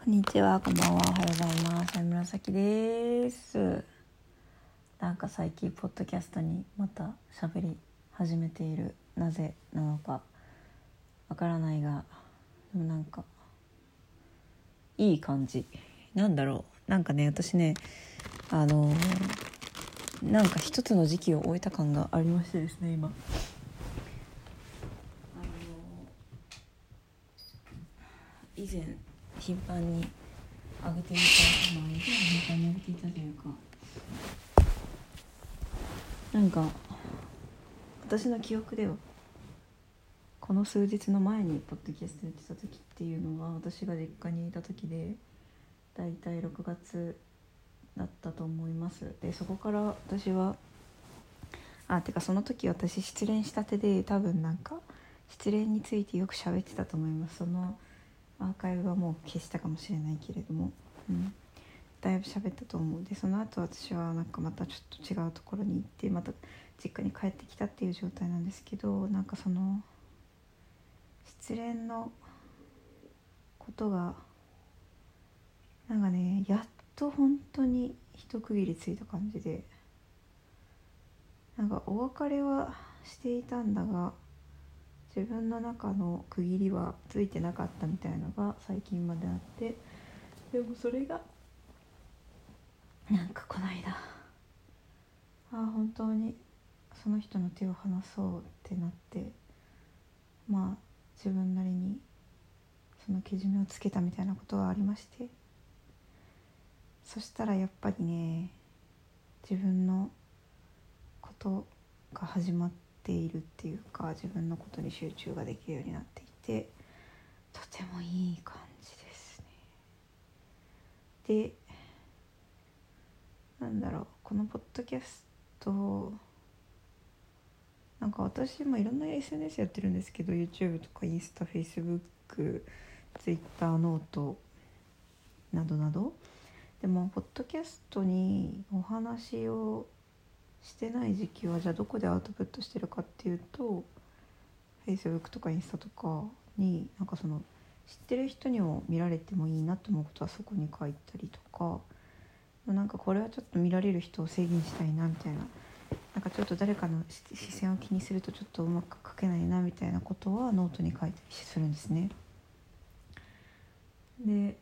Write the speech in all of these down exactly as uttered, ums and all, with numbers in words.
こんにちは、こんばんは、おはようございます。紫です。なんか最近ポッドキャストにまた喋り始めている。なぜなのかわからないが、でもなんかいい感じ。なんだろう。なんかね、私ね、あのー、なんか一つの時期を終えた感がありましてですね、今。あのー、以前頻繁に上げていた、まあ以前頻繁に上げていたというか。なんか私の記憶ではこの数日の前にポッドキャストやってた時っていうのは私が実家にいた時でだいたいろくがつだったと思います。でそこから私はあてかその時私失恋したてで多分なんか失恋についてよく喋ってたと思います。そのアーカイブはもう消したかもしれないけれども、うん、だいぶ喋ったと思う。でその後私はなんかまたちょっと違うところに行ってまた実家に帰ってきたっていう状態なんですけど、なんかその失恋のことがなんかねやっと本当に一区切りついた感じで、なんかお別れはしていたんだが自分の中の区切りはついてなかったみたいなのが最近まであって、でもそれがなんかこの間ああ本当にその人の手を離そうってなって、まあ自分なりにそのけじめをつけたみたいなことがありまして、そしたらやっぱりね自分のことが始まっているっていうか自分のことに集中ができるようになっていてとてもいい感じですね。でなんだろう、このポッドキャストなんか私もいろんな エスエヌエス やってるんですけど YouTube とかインスタ、Facebook、Twitter、ノートなどなど、でもポッドキャストにお話をしてない時期はじゃあどこでアウトプットしてるかっていうと Facebook とかインスタとかになんかその知ってる人にも見られてもいいなと思うことはそこに書いたりとか、なんかこれはちょっと見られる人を制限したいなみたいな、なんかちょっと誰かの視線を気にするとちょっとうまく書けないなみたいなことはノートに書いたりするんですね。で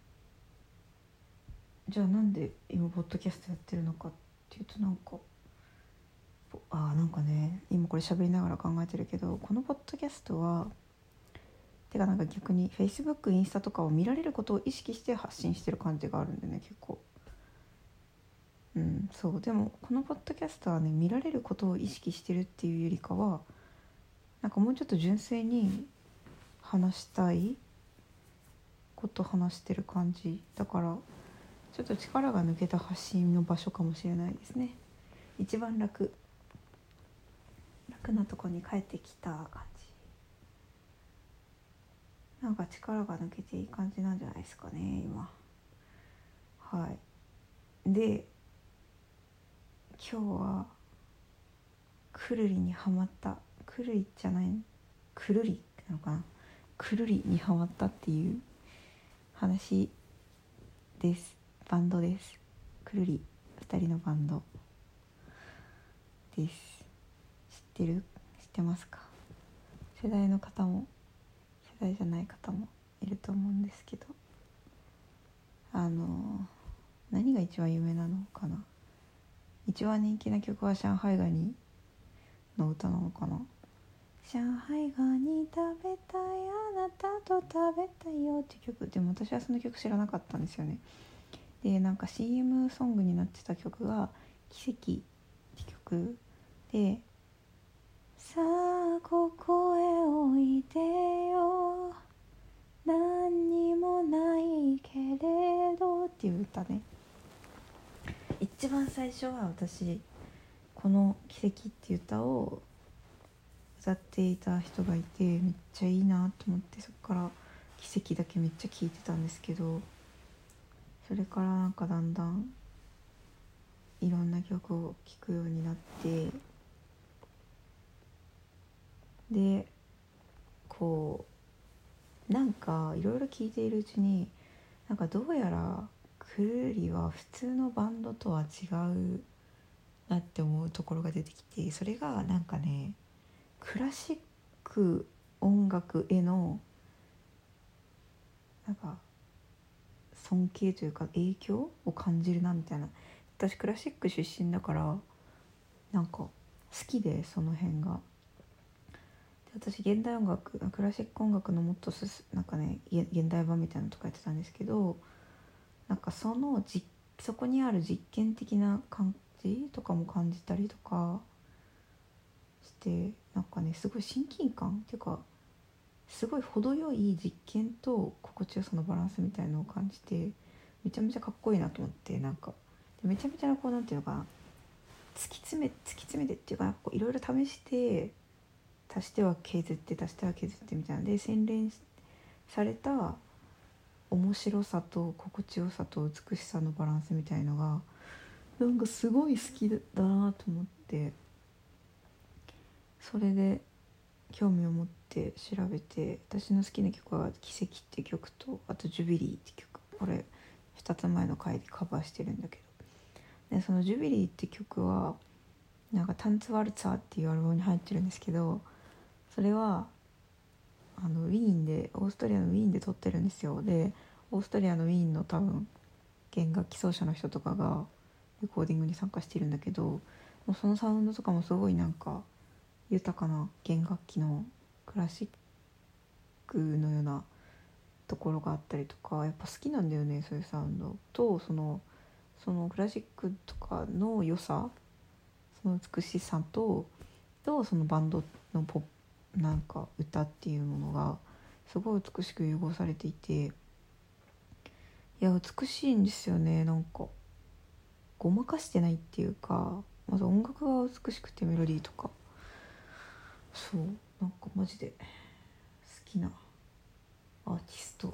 じゃあなんで今ポッドキャストやってるのかっていうと、なんかあなんかね今これ喋りながら考えてるけど、このポッドキャストはてかなんか逆に Facebook、インスタとかを見られることを意識して発信してる感じがあるんでね、結構うんそう。でもこのポッドキャストはね見られることを意識してるっていうよりかはなんかもうちょっと純粋に話したいこと話してる感じだから、ちょっと力が抜けた発信の場所かもしれないですね。一番楽楽なとこに帰ってきた感じ、なんか力が抜けていい感じなんじゃないですかね今。はいで今日はくるりにハマった、くるりじゃないくるりってなのかな、くるりにハマったっていう話です。バンドです。くるりふたりのバンドです。知ってる知ってますか？世代の方も世代じゃない方もいると思うんですけど、あの何が一番有名なのかな。一番人気な曲は上海ガニの歌なのかな。上海ガニ食べたいあなたと食べたいよっていう曲でも私はその曲知らなかったんですよね。でなんか シーエム ソングになってた曲が奇跡って曲で、さあここへおいでよ何にもないけれどっていう歌ね。一番最初は私この奇跡っていう歌を歌っていた人がいてめっちゃいいなと思って、そこから奇跡だけめっちゃ聴いてたんですけど、それからなんかだんだんいろんな曲を聴くようになって、でこうなんかいろいろ聴いているうちになんかどうやらくるりは普通のバンドとは違うなって思うところが出てきて、それがなんかねクラシック音楽へのなんか尊敬というか影響を感じるなみたいな。私クラシック出身だからなんか好きで、その辺が。で私現代音楽クラシック音楽のもっとすすなんかね現代版みたいなのとかやってたんですけど、なんかそのじそこにある実験的な感じとかも感じたりとかして、なんかねすごい親近感っていうか、すごい程よい実験と心地よさのバランスみたいのを感じて、めちゃめちゃかっこいいなと思って、なんかでめちゃめちゃこうなんていうのかな、突き詰め突き詰めてっていうか、いろいろ試して足しては削って足しては削ってみたいなで洗練された面白さと心地よさと美しさのバランスみたいのがなんかすごい好きだなと思って、それで興味を持って調べて、私の好きな曲は奇跡っていう曲と、あとジュビリーって曲、これふたつまえの回でカバーしてるんだけど、でそのジュビリーって曲はなんかタンツワルツァーっていうアルバムに入ってるんですけど、それはあのウィーンでオーストリアのウィーンで撮ってるんですよ。でオーストリアのウィーンの多分弦楽器奏者の人とかがレコーディングに参加してるんだけど、もうそのサウンドとかもすごいなんか豊かな弦楽器のクラシックのようなところがあったりとか、やっぱ好きなんだよね、そういうサウンドと、そのそのクラシックとかの良さ、その美しさととそのバンドのポップなんか歌っていうものがすごい美しく融合されていて、いや美しいんですよね。なんかごまかしてないっていうか、まず音楽が美しくてメロディーとか、そうなんかマジで好きなアーティスト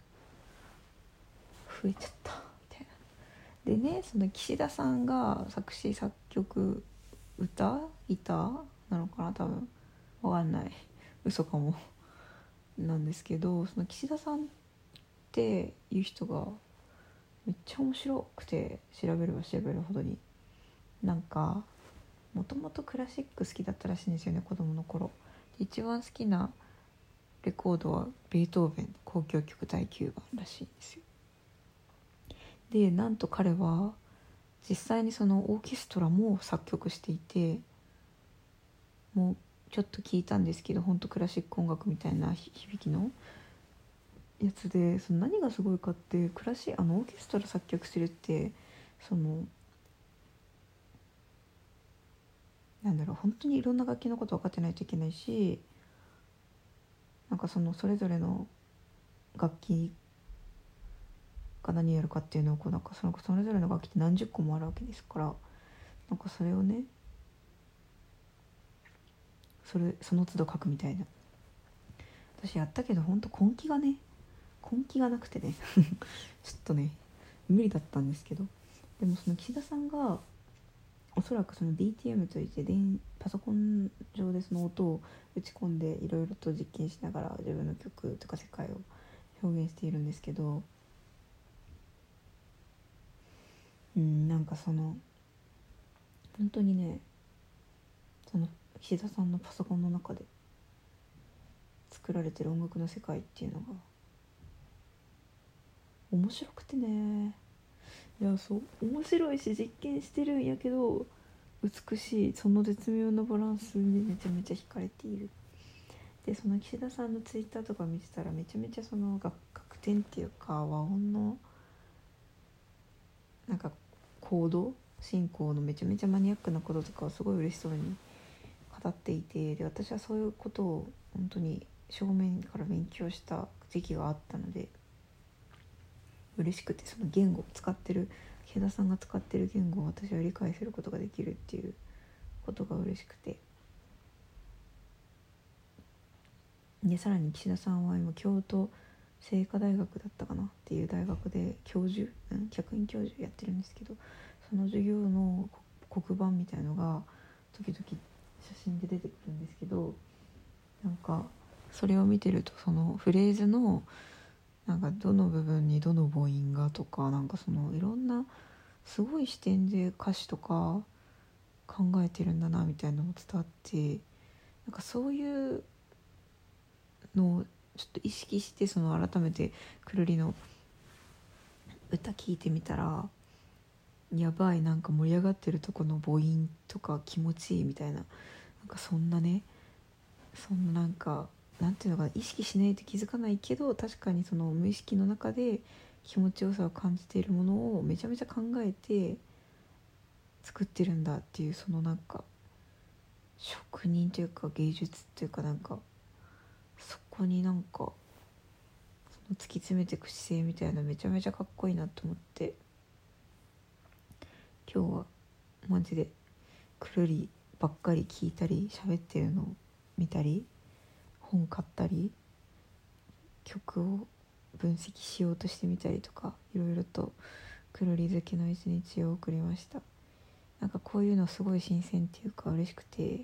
増えちゃったみたいな。でね、その岸田さんが作詞作曲歌ギターなのかな、多分わかんない、嘘かもなんですけど、その岸田さんっていう人がめっちゃ面白くて、調べれば調べるほどになんかもともとクラシック好きだったらしいんですよね、子供の頃。で一番好きなレコードはベートーベン交響曲だいきゅうばんらしいんですよ。でなんと彼は実際にそのオーケストラも作曲していて、もうちょっと聞いたんですけど、本当クラシック音楽みたいな響きのやつで、その何がすごいかって、クラシあのオーケストラ作曲するって、そのなんだろう、本当にいろんな楽器のこと分かってないといけないし、なんかそのそれぞれの楽器が何やるかっていうのをこうなんかそのそれぞれの楽器って何十個もあるわけですから、なんかそれをね、それその都度書くみたいな。私やったけど本当根気がね根気がなくてねちょっとね無理だったんですけど、でもその岸田さんがおそらくその ディーティーエム といって電パソコン上でその音を打ち込んでいろいろと実験しながら自分の曲とか世界を表現しているんですけど、うんなんかその本当にね、その岸田さんのパソコンの中で作られてる音楽の世界っていうのが面白くてね、いやそう面白いし実験してるんやけど美しい、その絶妙なバランスにめちゃめちゃ惹かれている。でその岸田さんのツイッターとか見てたらめちゃめちゃその楽楽天っていうか和音のなんかコード進行のめちゃめちゃマニアックなこととかをすごい嬉しそうに語っていて、で私はそういうことを本当に正面から勉強した時期があったので嬉しくて、その言語を使ってる池田さんが使ってる言語を私は理解することができるっていうことが嬉しくて、でさらに岸田さんは今京都精華大学だったかなっていう大学で教授、うん、客員教授やってるんですけど、その授業の黒板みたいのが時々写真で出てくるんですけど、なんかそれを見てるとそのフレーズのなんかどの部分にどの母音がとか、なんかそのいろんなすごい視点で歌詞とか考えてるんだなみたいなのも伝わって、なんかそういうのをちょっと意識して、その改めてくるりの歌聞いてみたら、やばい、なんか盛り上がってるとこの母音とか気持ちいいみたいな、なんかそんなね、そんななんかなんていうのかな、意識しないと気づかないけど、確かにその無意識の中で気持ちよさを感じているものをめちゃめちゃ考えて作ってるんだっていう、そのなんか職人というか芸術っていうか、なんかそこになんかその突き詰めていく姿勢みたいな、めちゃめちゃかっこいいなと思って、今日はマジでくるりばっかり聞いたり喋ってるのを見たり、本買ったり曲を分析しようとしてみたりとか、いろいろとくるり好きの一日を送りました。なんかこういうのすごい新鮮っていうか嬉しくて、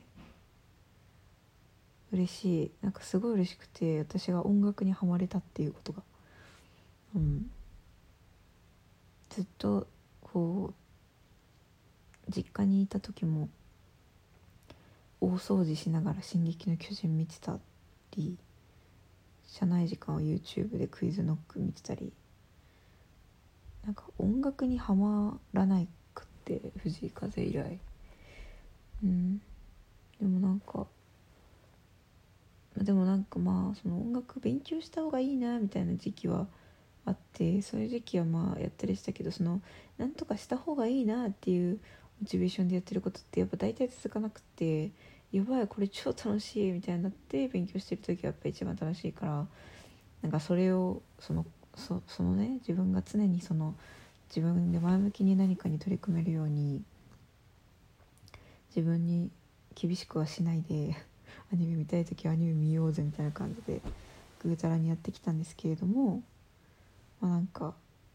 嬉しい、なんかすごい嬉しくて、私が音楽にハマれたっていうことが、うんずっとこう実家にいた時も大掃除しながら進撃の巨人見てたり、社内時間を YouTube でクイズノック見てたり、なんか音楽にハマらないくって、藤井風以来。うんでもなんかでもなんかまあその音楽勉強した方がいいなみたいな時期はあって、そういう時期はまあやったりしたけど、そのなんとかした方がいいなっていうモチベーションでやってることってやっぱ大体続かなくて、やばいこれ超楽しいみたいになって勉強してる時はやっぱ一番楽しいから、なんかそれをその そ, そのね自分が常にその自分で前向きに何かに取り組めるように、自分に厳しくはしないでアニメ見たい時はアニメ見ようぜみたいな感じでぐうたらにやってきたんですけれども、まあなんか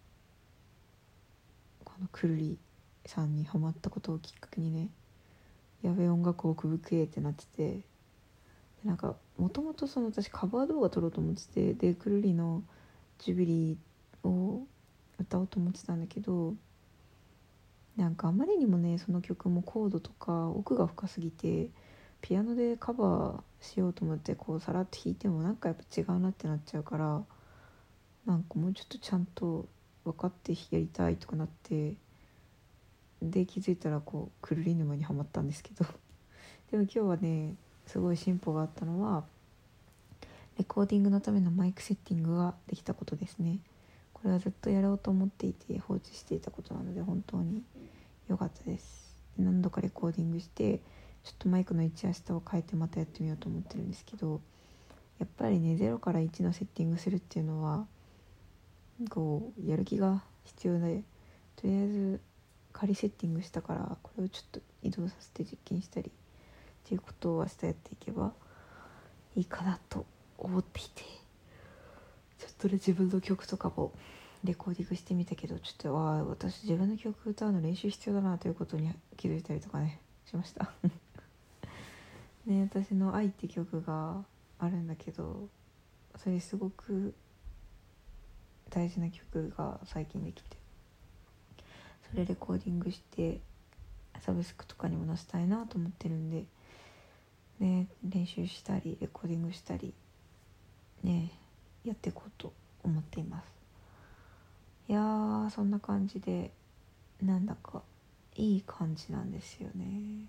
このくるりさんにハマったことをきっかけにね、やべえ音楽奥深えってなってて、でなんかもともとその私カバー動画撮ろうと思ってて、でくるりのジュビリーを歌おうと思ってたんだけど、なんかあまりにもねその曲もコードとか奥が深すぎて、ピアノでカバーしようと思ってこうさらっと弾いてもなんかやっぱ違うなってなっちゃうから、なんかもうちょっとちゃんと分かってやりたいとかなって、で気づいたらこうくるり沼にはまったんですけどでも今日はねすごい進歩があったのは、レコーディングのためのマイクセッティングができたことですね。これはずっとやろうと思っていて放置していたことなので本当に良かったです。何度かレコーディングしてちょっとマイクの位置や下を変えてまたやってみようと思ってるんですけど、やっぱりねゼロからいちのセッティングするっていうのはこうやる気が必要で、とりあえず仮セッティングしたからこれをちょっと移動させて実験したりっていうことを明日やっていけばいいかなと思っていて、ちょっとね自分の曲とかもレコーディングしてみたけど、ちょっとわあ私自分の曲歌うの練習必要だなということに気づいたりとかねしましたね、私の愛って曲があるんだけど、それすごく大事な曲が最近できて、それレコーディングしてサブスクとかにも載せたいなと思ってるんでね、練習したりレコーディングしたりねやっていこうと思っています。いやーそんな感じでなんだかいい感じなんですよね。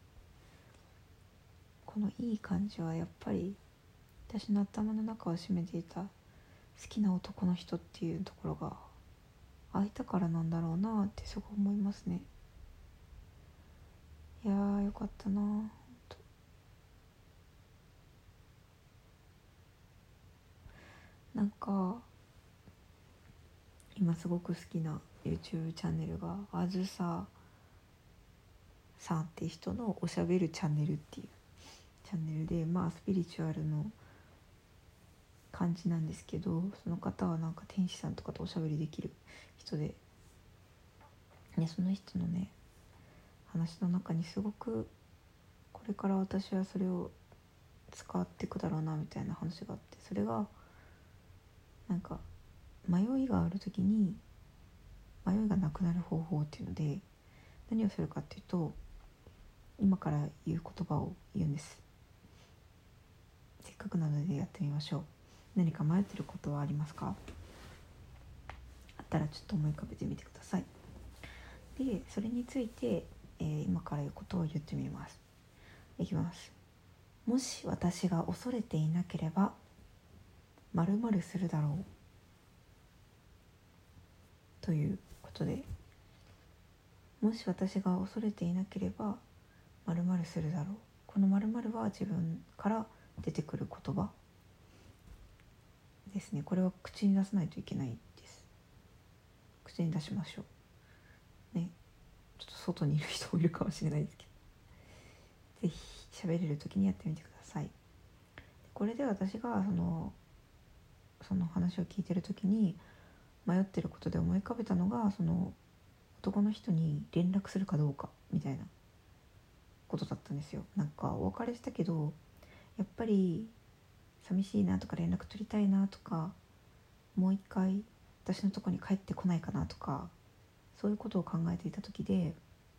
このいい感じはやっぱり私の頭の中を占めていた好きな男の人っていうところが空いたからなんだろうなってすごい思いますね。いやーよかったなと。なんか今すごく好きな YouTube チャンネルがあずささんっていう人のおしゃべるチャンネルっていうチャンネルで、まあスピリチュアルの感じなんですけど、その方はなんか天使さんとかとおしゃべりできる人で、ね、その人のね話の中にすごくこれから私はそれを使っていくだろうなみたいな話があって、それがなんか迷いがある時に迷いがなくなる方法っていうので何をするかっていうと、今から言う言葉を言うんです。せっかくなのでやってみましょう。何か迷ってることはありますか？あったらちょっと思い浮かべてみてください。でそれについて、えー、今から言うことを言ってみます。いきます。もし私が恐れていなければ〇〇するだろうということで、もし私が恐れていなければ〇〇するだろう。この〇〇は自分から出てくる言葉ですね。これは口に出さないといけないです。口に出しましょうね。ちょっと外にいる人もいるかもしれないですけど、ぜひ喋れる時にやってみてください。これで私がそのその話を聞いてる時に迷ってることで思い浮かべたのが、その男の人に連絡するかどうかみたいなことだったんですよ。なんかお別れしたけどやっぱり寂しいなとか連絡取りたいなとか、もう一回私のとこに帰ってこないかなとか、そういうことを考えていた時で、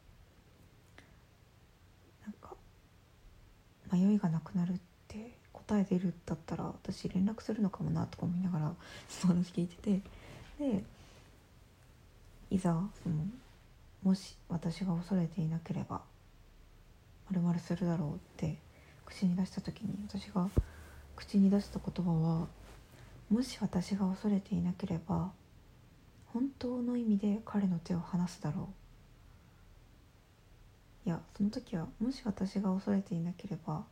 なんか迷いがなくなるって答え出るだったら私連絡するのかもなとか思いながらその話聞いてて、でいざそのもし私が恐れていなければ〇〇するだろうって口に出した時に、私が口に出した言葉は、もし私が恐れていなければ本当の意味で彼の手を離すだろう。いや、その時はもし私が恐れていなければ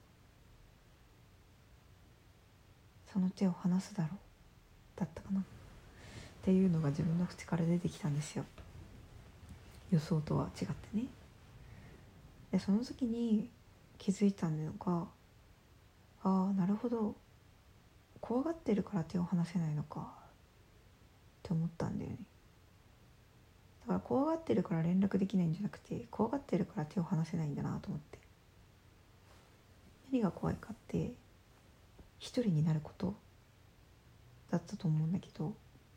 その手を離すだろうだったかなっていうのが自分の口から出てきたんですよ。予想とは違ってね。でその時に気づいたのが、ああなるほど、怖がってるから手を離せないのかって思ったんだよね。だから怖がってるから連絡できないんじゃなくて、怖がってるから手を離せないんだなと思って。何が怖いかって一人になることだったと思うんだけど、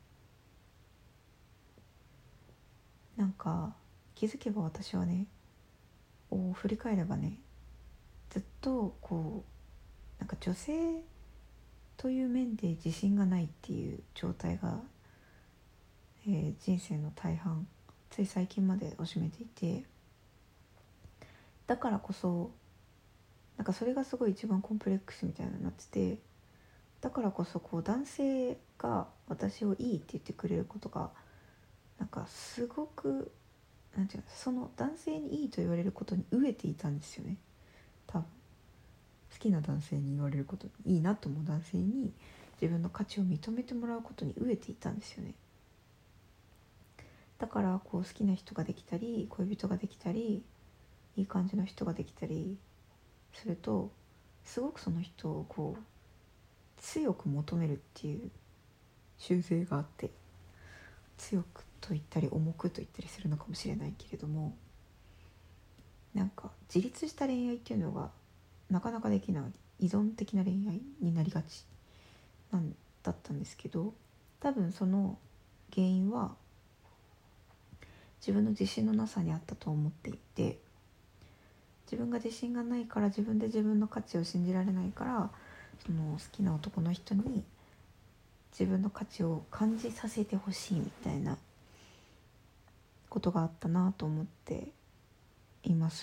なんか気づけば私はね、を振り返ればね、ずっとこうなんか女性という面で自信がないっていう状態が、えー人生の大半、つい最近までを占めていて、だからこそなんかそれがすごい一番コンプレックスみたいになってて、だからこそこう男性が私をいいって言ってくれることがなんかすごく、なんていうの、その男性にいいと言われることに飢えていたんですよね。多分好きな男性に言われることに、いいなと思う男性に自分の価値を認めてもらうことに飢えていたんですよね。だからこう好きな人ができたり恋人ができたりいい感じの人ができたりすると、すごくその人をこう強く求めるっていう習性があって、強くと言ったり重くと言ったりするのかもしれないけれども、なんか自立した恋愛っていうのがなかなかできない、依存的な恋愛になりがちなんだったんですけど、多分その原因は自分の自信のなさにあったと思っていて、自分が自信がないから自分で自分の価値を信じられないから、その好きな男の人に自分の価値を感じさせてほしいみたいなことがあったなと思っています。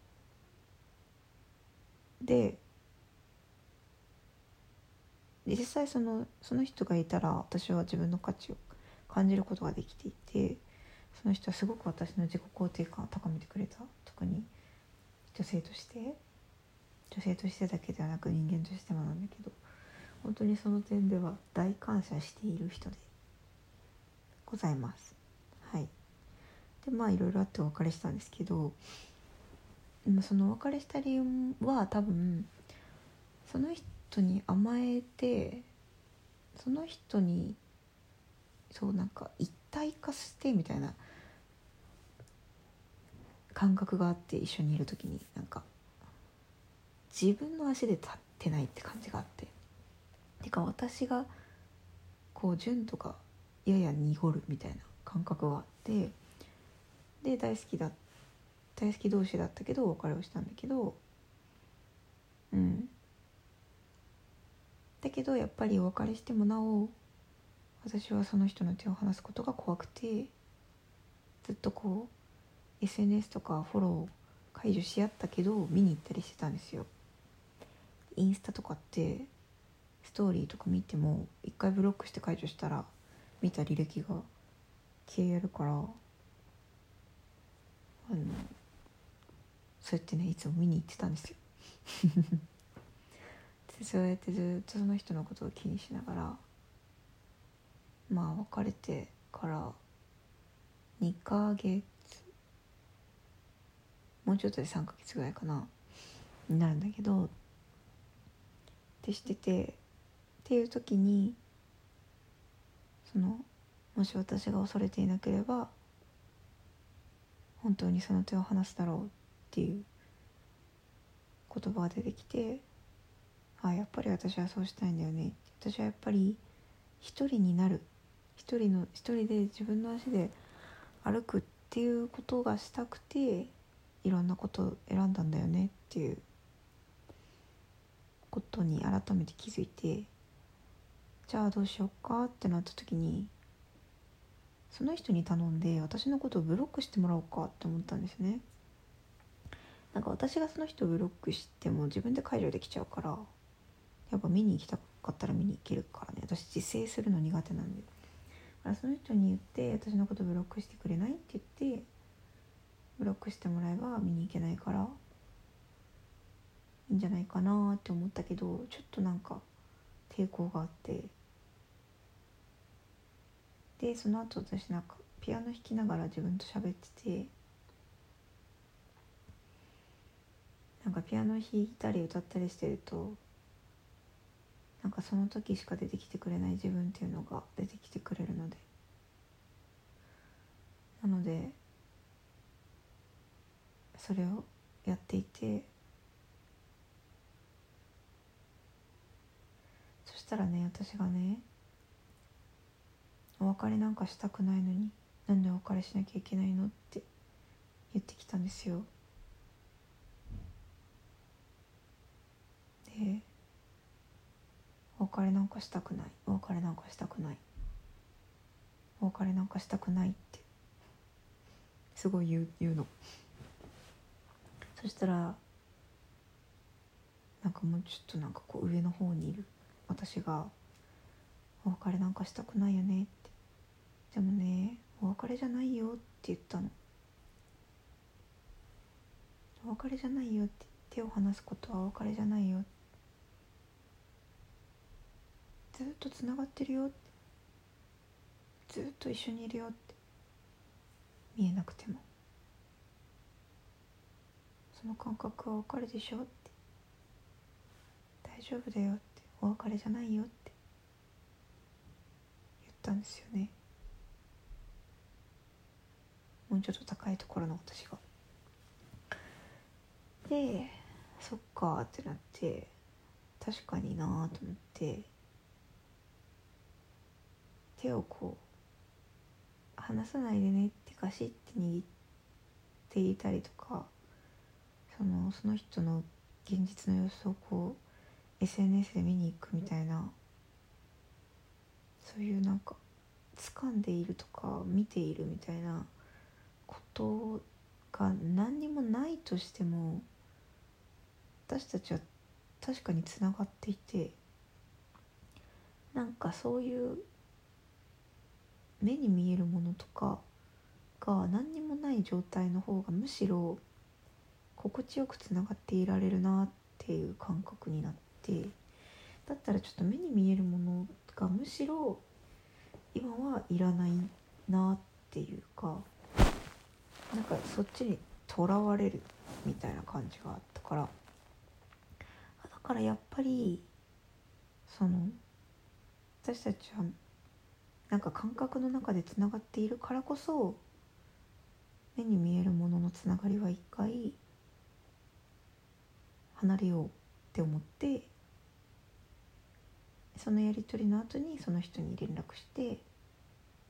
で実際そのその人がいたら私は自分の価値を感じることができていて、その人はすごく私の自己肯定感を高めてくれた。特に女性として女性としてだけではなく人間としてもなんだけど、本当にその点では大感謝している人でございます。はい。でまあいろいろあってお別れしたんですけど、そのお別れした理由は多分その人に甘えて、その人にそうなんか一体化してみたいな感覚があって、一緒にいる時になんか自分の足で立ってないって感じがあって、てか私がこう純とかやや濁るみたいな感覚があって、で大好きだ大好き同士だったけどお別れをしたんだけど、うんだけどやっぱりお別れしてもなお私はその人の手を離すことが怖くて、ずっとこう エスエヌエス とかフォロー解除し合ったけど見に行ったりしてたんですよ。インスタとかってストーリーとか見ても一回ブロックして解除したら見た履歴が消えるから、あのそうやってねいつも見に行ってたんですよでそうやってずっとその人のことを気にしながら、まあ別れてからにかげつもうちょっとでさんかげつぐらいかなになるんだけどってしててっていう時に、そのもし私が恐れていなければ本当にその手を離すだろうっていう言葉が出てきて、あやっぱり私はそうしたいんだよね、私はやっぱり一人になる、一人の一人で自分の足で歩くっていうことがしたくていろんなことを選んだんだよねっていうことに改めて気づいて、じゃあどうしようかってなった時に、その人に頼んで私のことをブロックしてもらおうかって思ったんですね。なんか私がその人をブロックしても自分で解除できちゃうから、やっぱ見に行きたかったら見に行けるからね、私自制するの苦手なんで、だからその人に言って私のことをブロックしてくれないって言ってブロックしてもらえば見に行けないからいいんじゃないかなって思ったけど、ちょっとなんか抵抗があって、でその後私なんかピアノ弾きながら自分と喋ってて、なんかピアノ弾いたり歌ったりしてるとなんかその時しか出てきてくれない自分っていうのが出てきてくれるので、なのでそれをやっていて、そしたらね私がねお別れなんかしたくないのになんでお別れしなきゃいけないのって言ってきたんですよ。でお別れなんかしたくない、お別れなんかしたくない、お別れなんかしたくないってすごい言う、言うの。そしたらなんかもうちょっとなんかこう上の方にいる私がお別れなんかしたくないよねって、でもねお別れじゃないよって言ったの。お別れじゃないよって、手を離すことはお別れじゃないよ、ずっとつながってるよって、ずっと一緒にいるよって、見えなくてもその感覚はお別れでしょって、大丈夫だよって、お別れじゃないよって言ったんですよね。もうちょっと高いところの私が。でそっかってなって、確かになと思って手をこう離さないでねってガシッて握っていたりとか、そのその人の現実の様子をこう エスエヌエス で見に行くみたいな、そういうなんか掴んでいるとか見ているみたいなことが何にもないとしても、私たちは確かにつながっていて、なんかそういう目に見えるものとかが何にもない状態の方がむしろ心地よくつながっていられるなっていう感覚になって、だったらちょっと目に見えるものがむしろ今はいらないなっていうか、なんかそっちにとらわれるみたいな感じがあったから、だからやっぱりその私たちはなんか感覚の中でつながっているからこそ、目に見えるもののつながりは一回離れようって思って、そのやり取りの後にその人に連絡して、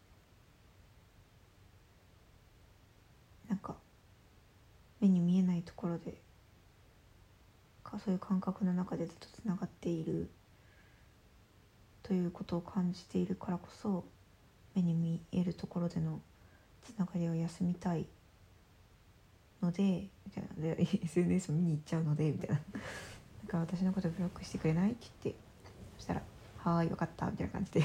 ところでかそういう感覚の中でずっとつながっているということを感じているからこそ、目に見えるところでのつながりを休みたいのでみたいなでエスエヌエス を見に行っちゃうのでみたいな、だから私のことブロックしてくれないって言って、そしたらはーい分かったみたいな感じ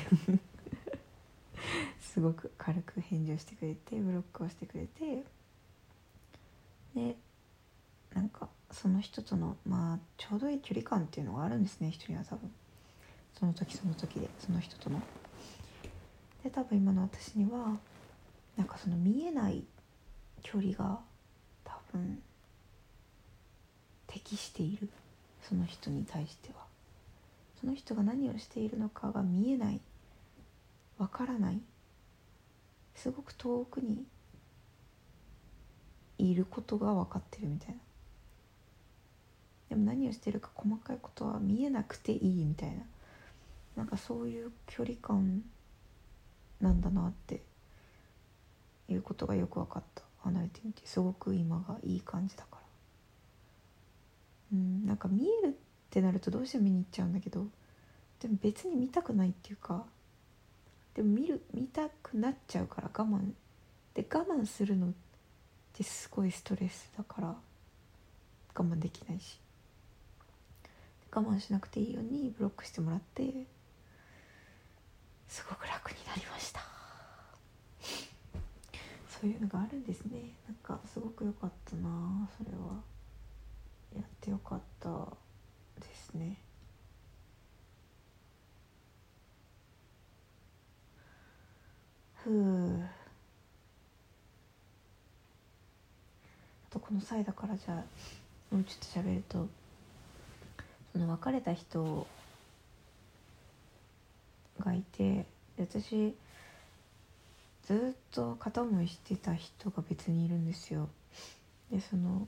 ですごく軽く返事をしてくれて、ブロックをしてくれて、でなんかその人とのまあちょうどいい距離感っていうのがあるんですね、人には多分その時その時で、その人とので、多分今の私にはなんかその見えない距離が多分適している、その人に対してはその人が何をしているのかが見えない、わからない、すごく遠くにいることが分かってるみたいな、でも何をしてるか細かいことは見えなくていいみたいな、なんかそういう距離感なんだなっていうことがよく分かった。離れてみてすごく今がいい感じだから、うん、なんか見えるってなるとどうしても見に行っちゃうんだけど、でも別に見たくないっていうか、でも見る見たくなっちゃうから我慢で、我慢するのってすごいストレスだから我慢できないし、我慢しなくていいようにブロックしてもらってすごく楽になりました。そういうのがあるんですね。なんかすごく良かったな、それはやってよかったですね。ふう。あとこの際だからじゃあもうちょっと喋ると、その別れた人がいて、私ずっと片思いしてた人が別にいるんですよ。でその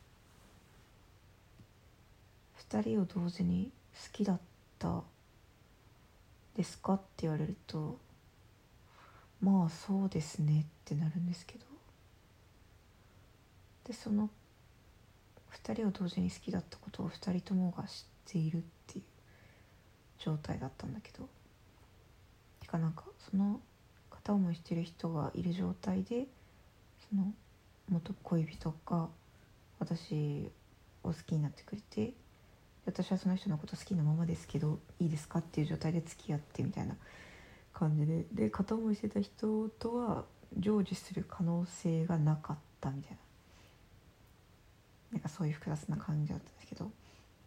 ふたりを同時に好きだったですかって言われると、まあそうですねってなるんですけど、でそのふたりを同時に好きだったことをふたりともが知っているっていう状態だったんだけど、てかなんかその片思いしてる人がいる状態で、その元恋人が私を好きになってくれて、私はその人のこと好きなままですけどいいですかっていう状態で付き合ってみたいな感じで、で片思いしてた人とは成就する可能性がなかったみたいな、なんかそういう複雑な感じだったんですけど、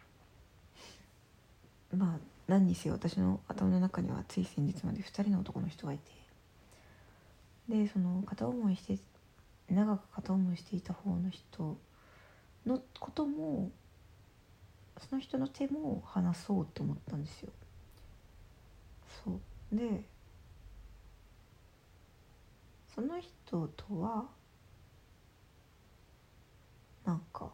まあ何にせよ私の頭の中にはつい先日までふたりの男の人がいて、でその片思いして長く片思いしていた方の人のことも、その人の手も離そうって思ったんですよ。そうでその人とはなんか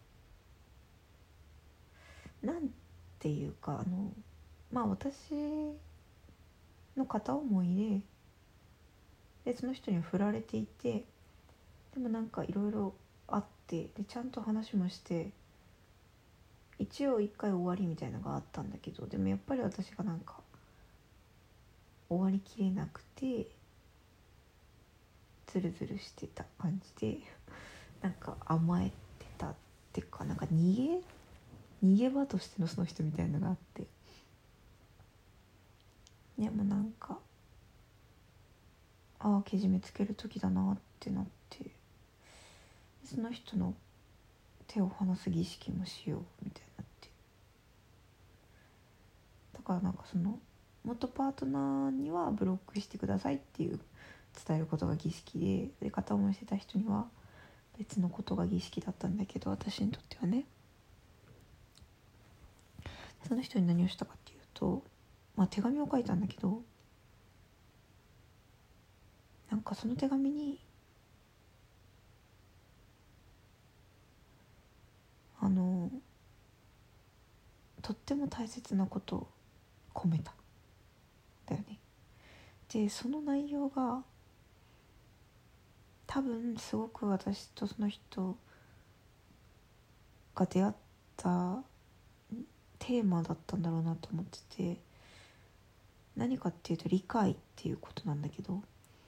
なんていうか、あのまあ私の片思いででその人には振られていて、でもなんかいろいろあって、でちゃんと話もして一応一回終わりみたいなのがあったんだけど、でもやっぱり私がなんか終わりきれなくてズルズルしてた感じで、なんか甘えてたっていうか、なんか逃げ逃げ場としてのその人みたいなのがあって、でもなんかああけじめつける時だなってなって、その人の手を離す儀式もしようみたいになって、だからなんかその元パートナーにはブロックしてくださいっていう伝えることが儀式で、で片思いしてた人には別のことが儀式だったんだけど、私にとってはね、その人に何をしたかっていうと、まあ手紙を書いたんだけど、なんかその手紙にあのとっても大切なことを込めただよね。でその内容が多分すごく私とその人が出会ったテーマだったんだろうなと思ってて、何かっていうと理解っていうことなんだけど、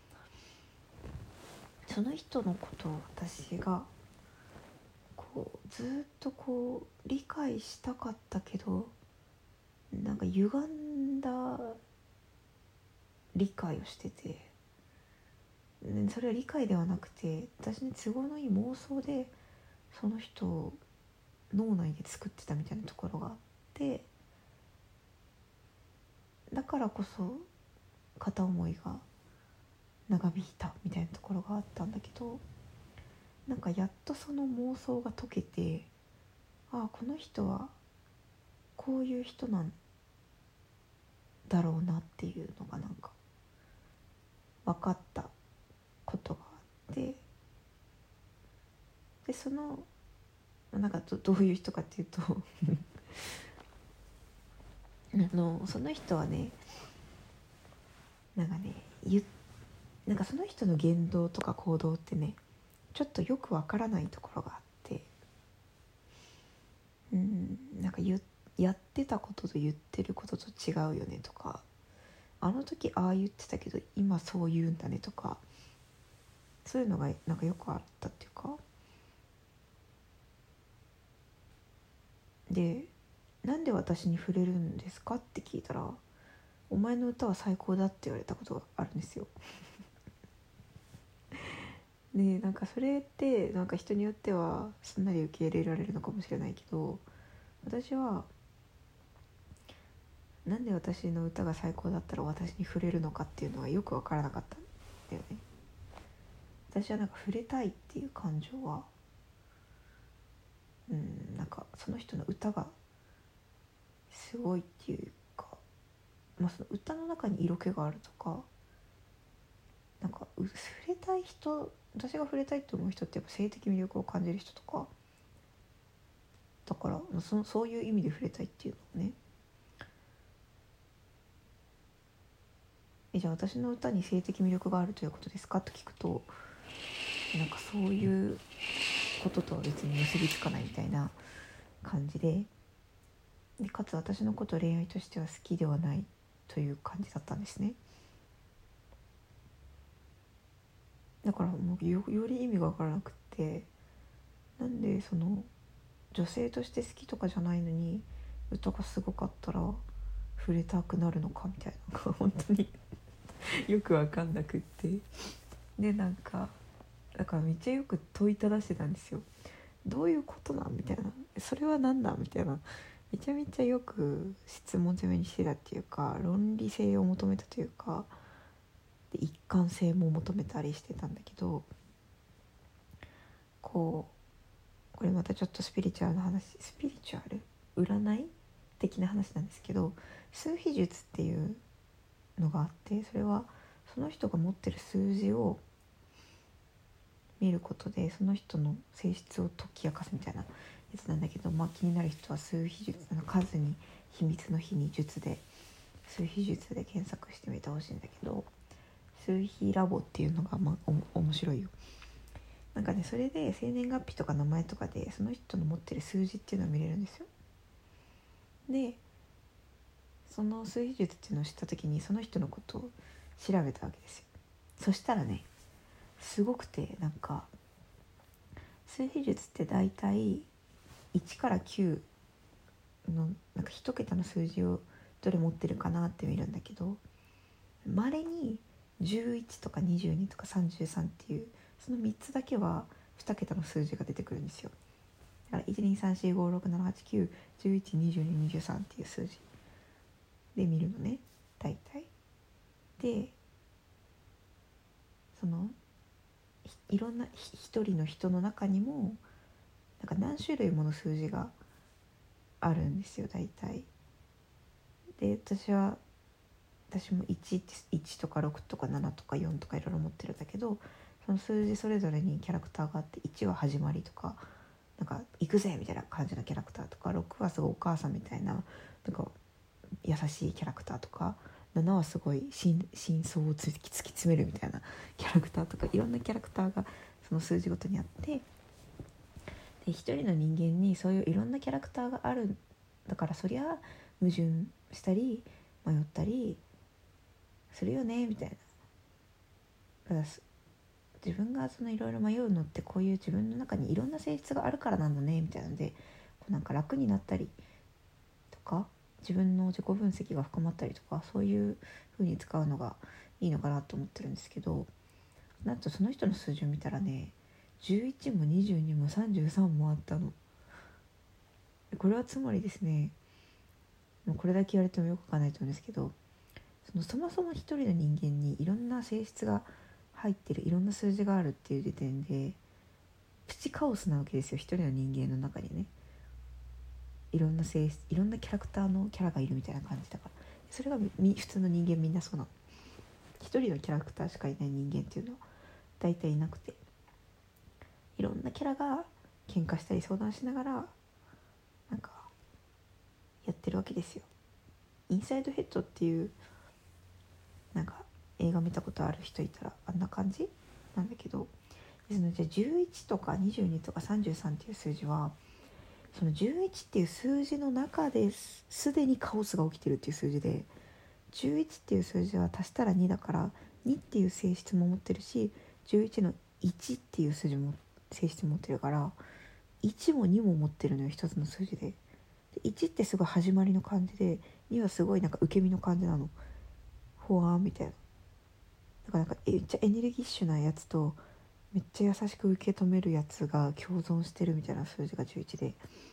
その人のことを私がこうずっとこう理解したかったけど、なんか歪んだ理解をしてて、それは理解ではなくて私に都合のいい妄想でその人を脳内で作ってたみたいなところがあって、だからこそ片思いが長引いたみたいなところがあったんだけど、なんかやっとその妄想が解けて、ああこの人はこういう人なんだろうなっていうのがなんか分かったことがあって、でそのなんか ど, どういう人かっていうとあのその人はね、なんかねゆなんかその人の言動とか行動ってね、ちょっとよくわからないところがあって、うん、なんかゆやってたことと言ってることと違うよねとか、あの時ああ言ってたけど今そう言うんだねとか、そういうのがなんかよくあったっていうか、でなんで私に触れるんですかって聞いたら、お前の歌は最高だって言われたことがあるんですよでなんかそれってなんか人によってはすんなり受け入れられるのかもしれないけど、私はなんで私の歌が最高だったら私に触れるのかっていうのはよく分からなかったんだよね。私はなんか触れたいっていう感情は、うん、なんかその人の歌がすごいっていうか、まあ、その歌の中に色気があるとか、なんか触れたい人、私が触れたいと思う人ってやっぱ性的魅力を感じる人とかだから、そのそういう意味で触れたいっていうのをね、えじゃあ私の歌に性的魅力があるということですかと聞くと、なんかそういうこととは別に結びつかないみたいな感じで、でかつ私のことを恋愛としては好きではないという感じだったんですね。だからもう よ, より意味が分からなくって、なんでその女性として好きとかじゃないのに歌がすごかったら触れたくなるのかみたいなのが本当によく分かんなくって、でなんかだからめっちゃよく問いただしてたんですよ。どういうことなんみたいな、それはなんだみたいな、めちゃめちゃよく質問攻めにしてたっていうか、論理性を求めたというか、で一貫性も求めたりしてたんだけど、こうこれまたちょっとスピリチュアルな話、スピリチュアル占い的な話なんですけど、数秘術っていうのがあって、それはその人が持ってる数字を見ることでその人の性質を解き明かすみたいなやつなんだけど、まあ、気になる人は数秘術の数に秘密の秘に術で数秘術で検索してみてほしいんだけど、数秘ラボっていうのが、まあ、お面白いよ。なんかね、それで生年月日とか名前とかでその人の持ってる数字っていうのを見れるんですよ。でその数秘術っていうのを知った時にその人のことを調べたわけですよ。そしたらね、すごくて、なんか数秘術って大体いちからきゅうのなんかいち桁の数字をどれ持ってるかなって見るんだけど、稀にじゅういちとかにじゅうにとかさんじゅうさんっていうそのみっつだけはに桁の数字が出てくるんですよ。だからいちにさんしごろくななはちきゅうじゅういちにじゅうににじゅうさんっていう数字で見るのね、大体。でそのいろんな一人の人の中にもなんか何種類もの数字があるんですよ、大体。で私は私も いち, いちとかろくとかななとかよんとかいろいろ持ってるんだけど、その数字それぞれにキャラクターがあって、いちは始まりとか、なんか行くぜみたいな感じのキャラクターとか、ろくはすごいお母さんみたいな、なんか優しいキャラクターとか、ななはすごい 真, 真相を突き突き詰めるみたいなキャラクターとか、いろんなキャラクターがその数字ごとにあって、 で一人の人間にそういういろんなキャラクターがある。だからそりゃ矛盾したり迷ったりするよねみたいな。だから自分がそのいろいろ迷うのってこういう自分の中にいろんな性質があるからなんだねみたいなので、こうなんか楽になったりとか自分の自己分析が深まったりとか、そういう風に使うのがいいのかなと思ってるんですけど、なんとその人の数字を見たらね、じゅういちもにじゅうにもさんじゅうさんもあったの。これはつまりですね、もうこれだけ言われてもよくわかんないと思うんですけど、そのそもそも一人の人間にいろんな性質が入ってる、いろんな数字があるっていう時点でプチカオスなわけですよ。一人の人間の中にね、いろんな性質、いろんなキャラクターのキャラがいるみたいな感じだから、それがみ普通の人間みんなそうなの。一人のキャラクターしかいない人間っていうのは大体いなくて、いろんなキャラが喧嘩したり相談しながらなんかやってるわけですよ。インサイドヘッドっていうなんか映画見たことある人いたらあんな感じなんだけど、ですのでじゃあじゅういちとかにじゅうにとかさんじゅうさんっていう数字は、そのじゅういちっていう数字の中ですでにカオスが起きてるっていう数字で、じゅういちっていう数字は足したらにだからにっていう性質も持ってるし、じゅういちのいちっていう数字も性質持ってるから、いちもにも持ってるのよ、一つの数字で。でいちってすごい始まりの感じで、にはすごいなんか受け身の感じなの、ほわーみたいな。だからなんかめっちゃエネルギッシュなやつとめっちゃ優しく受け止めるやつが共存してるみたいな数字がじゅういちで、だ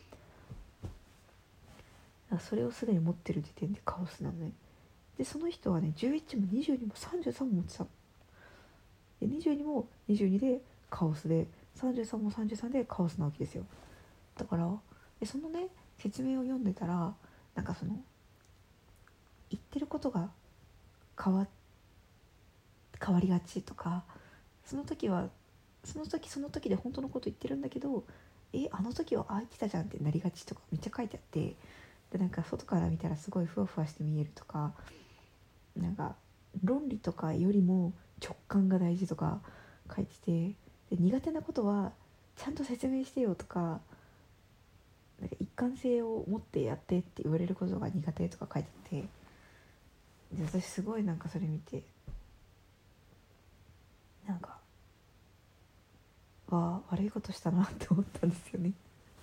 からそれをすでに持ってる時点でカオスなのね。でその人はね、じゅういちもにじゅうにもさんじゅうさんも持ってたの。でにじゅうにもにじゅうにでカオスで、さんじゅうさんもさんじゅうさんでカオスなわけですよ。だからでそのね説明を読んでたら、なんかその言ってることが変わ変わりがちとか、その時はその時その時で本当のこと言ってるんだけど、えあの時はああ言ってたじゃんってなりがちとかめっちゃ書いてあって、でなんか外から見たらすごいふわふわして見えるとか、なんか論理とかよりも直感が大事とか書いてて、で苦手なことはちゃんと説明してよとか、なんか一貫性を持ってやってって言われることが苦手とか書いてあって、で私すごいなんかそれ見て、なんかわあ悪いことしたなって思ったんですよね。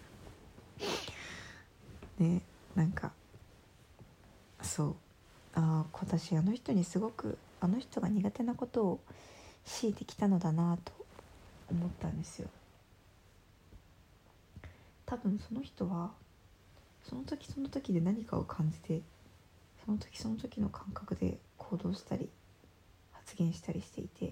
ね、なんかそうああ私あの人にすごくあの人が苦手なことを強いてきたのだなと思ったんですよ。多分その人はその時その時で何かを感じて、その時その時の感覚で行動したり発言したりしていて、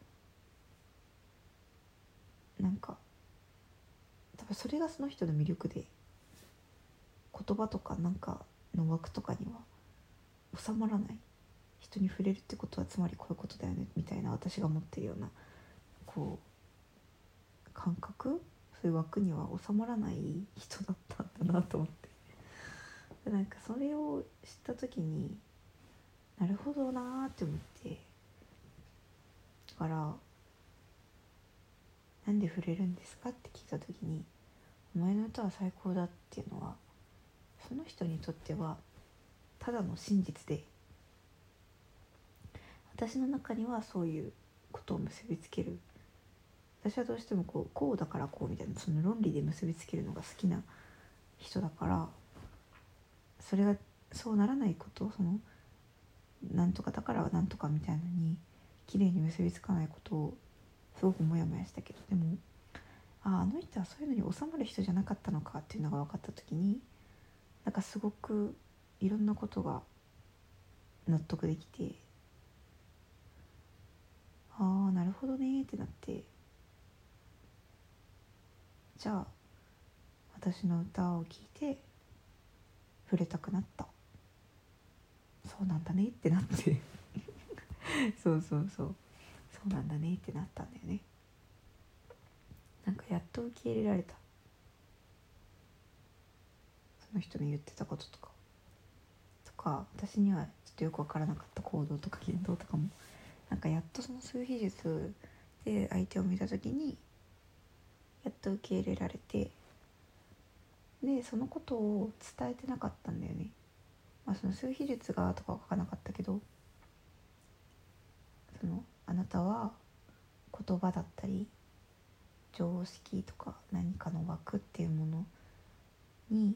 なんか多分それがその人の魅力で、言葉とかなんかの枠とかには収まらない、人に触れるってことはつまりこういうことだよねみたいな、私が持ってるようなこう感覚、そういう枠には収まらない人だったんだなと思って、でなんかそれを知った時になるほどなーって思って、だからなんで触れるんですかって聞いた時に、お前の歌は最高だっていうのはその人にとってはただの真実で、私の中にはそういうことを結びつける、私はどうしてもこうこうだからこうみたいな、その論理で結びつけるのが好きな人だから、それがそうならないこと、そのなんとかだからなんとかみたいなのに綺麗に結びつかないことをすごくモヤモヤしたけど、でもああの人はそういうのに収まる人じゃなかったのかっていうのが分かった時に、なんかすごくいろんなことが納得できて、ああなるほどねってなって、じゃあ私の歌を聴いて触れたくなった、そうなんだねってなってそうそうそうそうなんだねってなったんだよね。なんかやっと受け入れられた、その人の言ってたこととかとか、私にはちょっとよく分からなかった行動とか言動とかも、なんかやっとその数比術で相手を見た時にやっと受け入れられて、 でそのことを伝えてなかったんだよね。まあその数秘術がとかは書かなかったけど、そのあなたは言葉だったり常識とか何かの枠っていうものに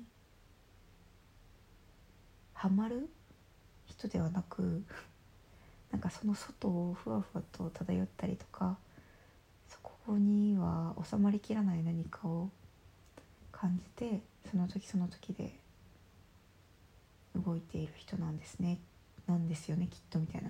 ハマる人ではなく、なんかその外をふわふわと漂ったりとか、そこには収まりきらない何かを感じて、その時その時で動いている人なんですね、なんですよねきっとみたいな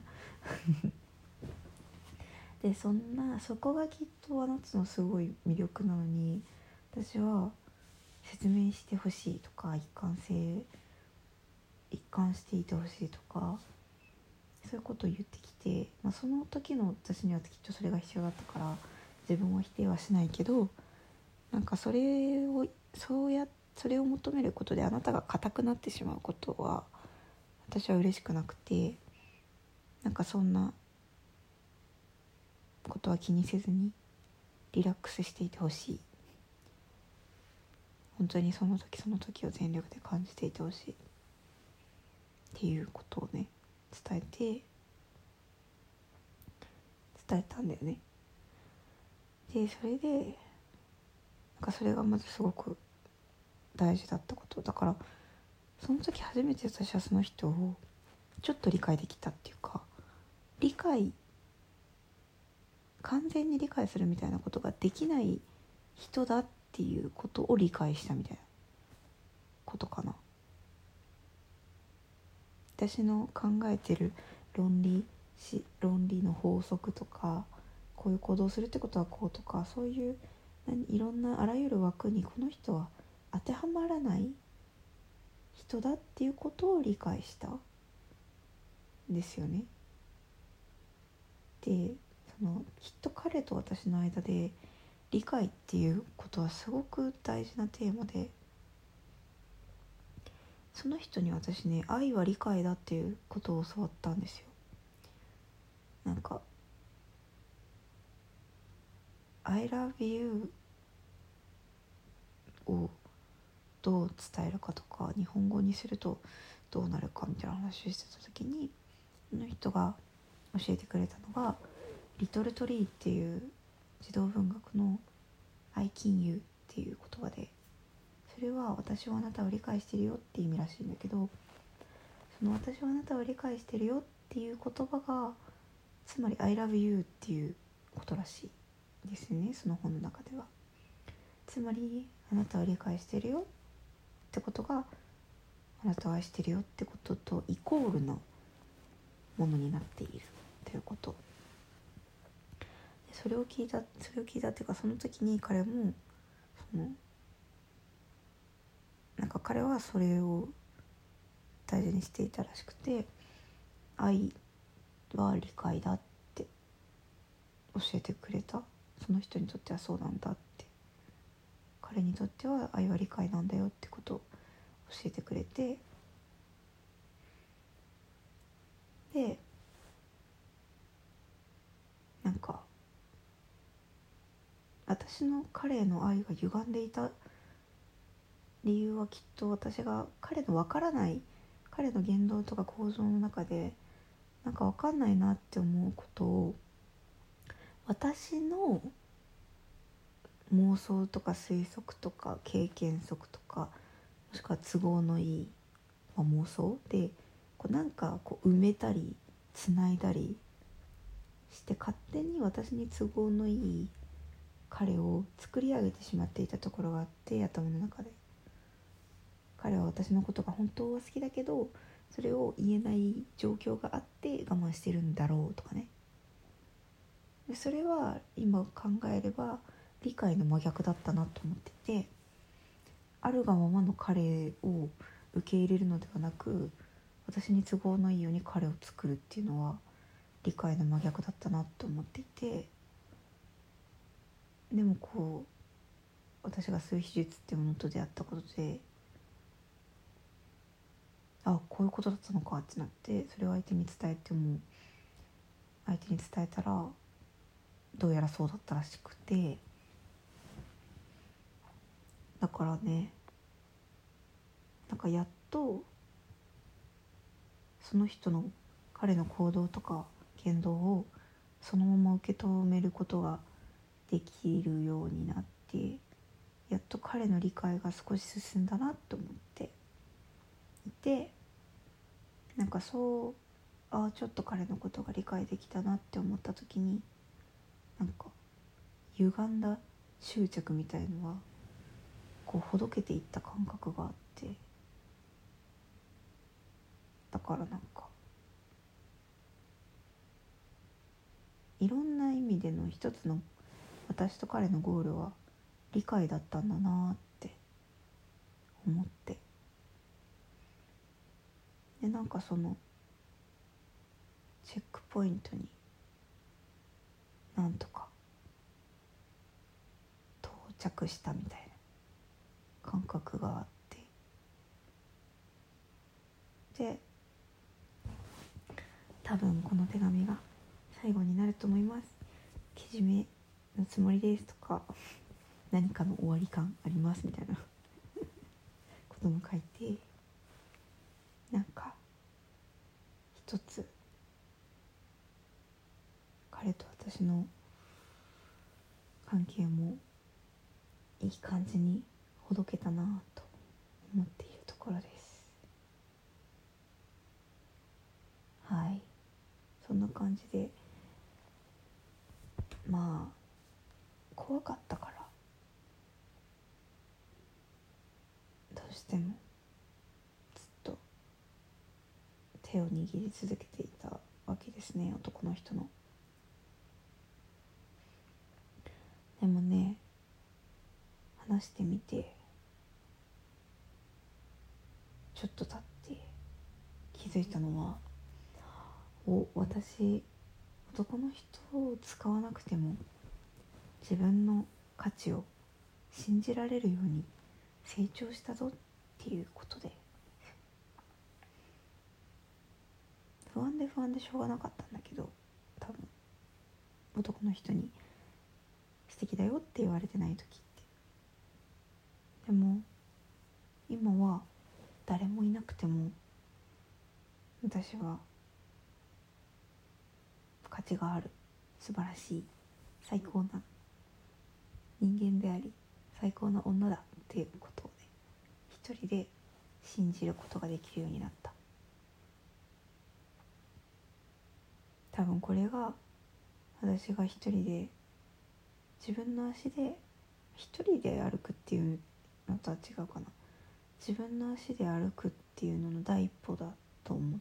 でそんなそこがきっとあなたのすごい魅力なのに、私は説明してほしいとか一貫性一貫していてほしいとかそういうことを言ってきて、まあ、その時の私にはきっとそれが必要だったから自分は否定はしないけど、なんかそれをそうやそれを求めることであなたが固くなってしまうことは私は嬉しくなくて、なんかそんなことは気にせずにリラックスしていてほしい。本当にその時その時を全力で感じていてほしいっていうことをね伝えて伝えたんだよね。でそれでなんかそれがまずすごく大事だったことだから、その時初めて私はその人をちょっと理解できたっていうか、理解完全に理解するみたいなことができない人だっていうことを理解したみたいなことかな。私の考えてる論理し論理の法則とか、こういう行動するってことはこうとか、そういう何いろんなあらゆる枠にこの人は当てはまらない人だっていうことを理解したんですよね。でそのきっと彼と私の間で理解っていうことはすごく大事なテーマで、その人に私ね愛は理解だっていうことを教わったんですよ。なんか I love you をどう伝えるかとか日本語にするとどうなるかみたいな話をしてた時に、その人が教えてくれたのがリトルトリーっていう児童文学の I kin you っていう言葉で、それは私はあなたを理解してるよって意味らしいんだけど、その私はあなたを理解してるよっていう言葉がつまり I love you っていうことらしいですね、その本の中では。つまりあなたを理解してるよってことがあなたを愛してるよってこととイコールのものになっているということ。でそれを聞いたそれを聞いたっていうか、その時に彼もそのなんか彼はそれを大事にしていたらしくて、愛は理解だって教えてくれた。その人にとってはそうなんだって、彼にとっては愛は理解なんだよってことを教えてくれて、でなんか私の彼への愛が歪んでいた理由はきっと私が彼の分からない彼の言動とか行動の中でなんか分かんないなって思うことを私の妄想とか推測とか経験則とかもしくは都合のいい、まあ、妄想でこうなんかこう埋めたりつないだりして勝手に私に都合のいい彼を作り上げてしまっていたところがあって、頭の中で彼は私のことが本当は好きだけどそれを言えない状況があって我慢してるんだろうとかね。でそれは今考えれば理解の真逆だったなと思ってて、あるがままの彼を受け入れるのではなく私に都合のいいように彼を作るっていうのは理解の真逆だったなと思っていて、でもこう私が数秘術っていうものと出会ったことで、あこういうことだったのかってなって、それを相手に伝えても相手に伝えたらどうやらそうだったらしくて、だからねかやっとその人の彼の行動とか言動をそのまま受け止めることができるようになって、やっと彼の理解が少し進んだなと思っていて、なんかそうああちょっと彼のことが理解できたなって思った時に、なんか歪んだ執着みたいのはこうほどけていった感覚があって、だからなんかいろんな意味での一つの私と彼のゴールは理解だったんだなって思って、でなんかそのチェックポイントになんとか到着したみたいな感覚があって、で多分この手紙が最後になると思います。けじめのつもりですとか、何かの終わり感ありますみたいなことも書いて、なんか一つ彼と私の関係もいい感じにほどけたなと思っているところです。はい、そんな感じで、まあ怖かったからどうしてもずっと手を握り続けていたわけですね、男の人の。でもね、話してみてちょっと経って気づいたのは、お私男の人を使わなくても自分の価値を信じられるように成長したぞっていうことで、不安で不安でしょうがなかったんだけど、多分男の人に素敵だよって言われてない時って。でも今は誰もいなくても私は価値がある、素晴らしい、最高な人間であり最高な女だっていうことをね、一人で信じることができるようになった。多分これが私が一人で自分の足で一人で歩くっていうのとは違うかな、自分の足で歩くっていうのの第一歩だと思った。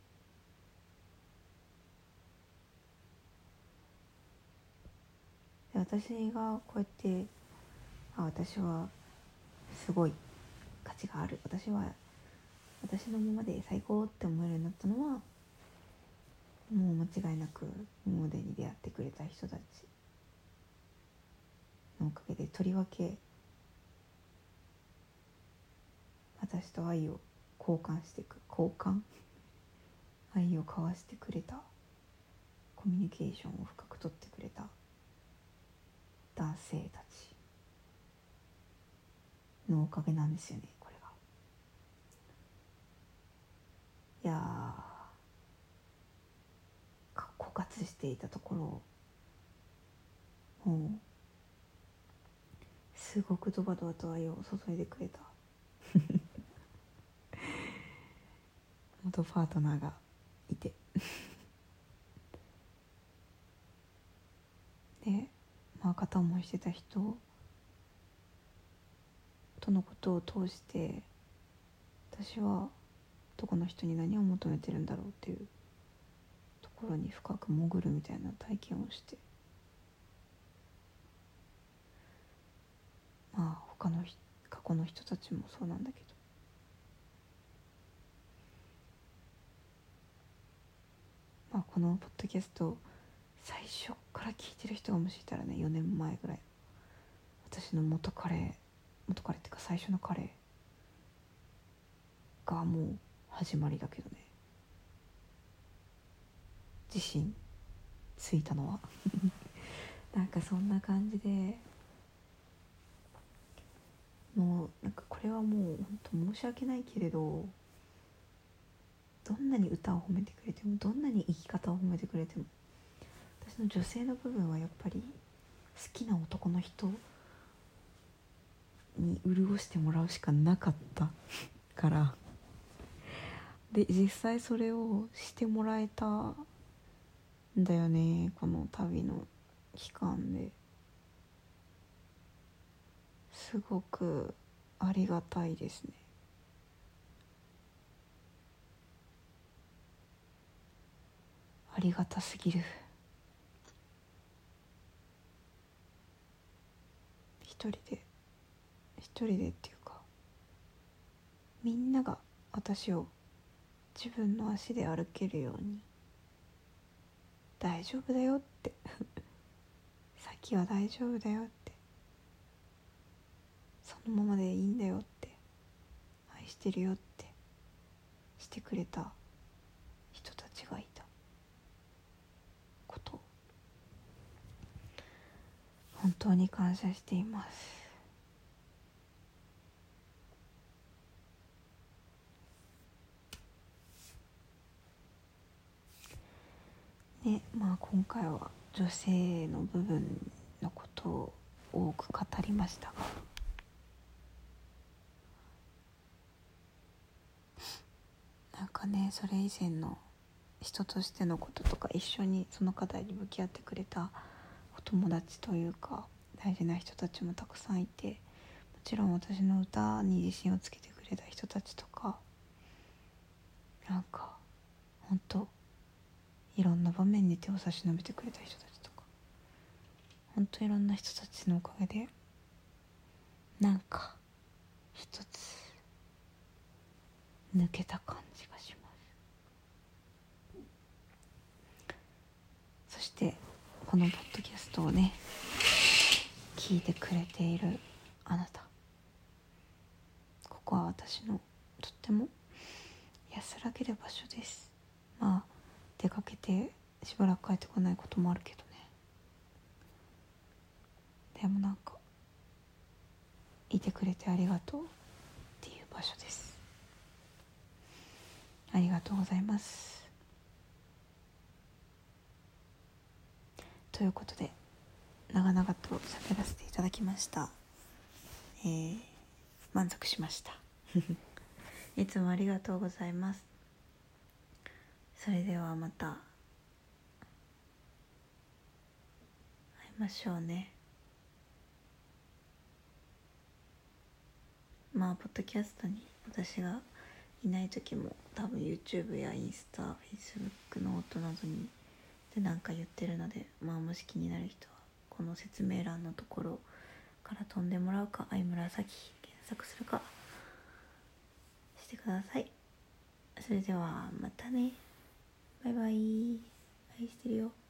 で私がこうやってあ私はすごい価値がある、私は私のままで最高って思えるようになったのは、もう間違いなく今までに出会ってくれた人たちのおかげで、とりわけ私と愛を交換していく交換愛を交わしてくれた、コミュニケーションを深くとってくれた男性たちのおかげなんですよね、これが。いやー、枯渇していたところをもうすごくドバドバと愛を注いでくれた元パートナーがいてで、まあ片思いしてた人とのことを通して、私は男の人に何を求めてるんだろうっていうところに深く潜るみたいな体験をして、まあ他の過去の人たちもそうなんだけど、まあこのポッドキャスト最初から聞いてる人がもしいたらね、よねんまえぐらい、私の元彼元彼っていうか最初の彼がもう始まりだけどね、自信ついたのはなんかそんな感じで、 もうなんかこれはもう本当申し訳ないけれど、どんなに歌を褒めてくれても、どんなに生き方を褒めてくれても、私の女性の部分はやっぱり好きな男の人に潤してもらうしかなかったからで、実際それをしてもらえたんだよね、この旅の期間で。すごくありがたいですね。ありがたすぎる。一人で一人でっていうか、みんなが私を自分の足で歩けるように、大丈夫だよって先は大丈夫だよって、そのままでいいんだよって、愛してるよってしてくれた人たちがいたことを本当に感謝しています。ね、まあ今回は女性の部分のことを多く語りましたが、なんかね、それ以前の人としてのこととか、一緒にその課題に向き合ってくれたお友達というか大事な人たちもたくさんいて、もちろん私の歌に自信をつけてくれた人たちとか、なんかほんといろんな場面に手を差し伸べてくれた人たちとか、ほんといろんな人たちのおかげでなんか一つ抜けた感じがします。そしてこのポッドキャストをね聞いてくれているあなた、ここは私のとっても安らげる場所です。まあ出かけてしばらく帰ってこないこともあるけどね、でもなんかいてくれてありがとうっていう場所です。ありがとうございます。ということで長々と喋らせていただきました。えー、満足しましたいつもありがとうございます。それではまた会いましょうね。まあポッドキャストに私がいない時も多分 YouTube やインスタ、Facebook ノートなどにでなんか言ってるので、まあもし気になる人はこの説明欄のところから飛んでもらうか、相村咲検索するかしてください。それではまたね。バイバイ。愛してるよ。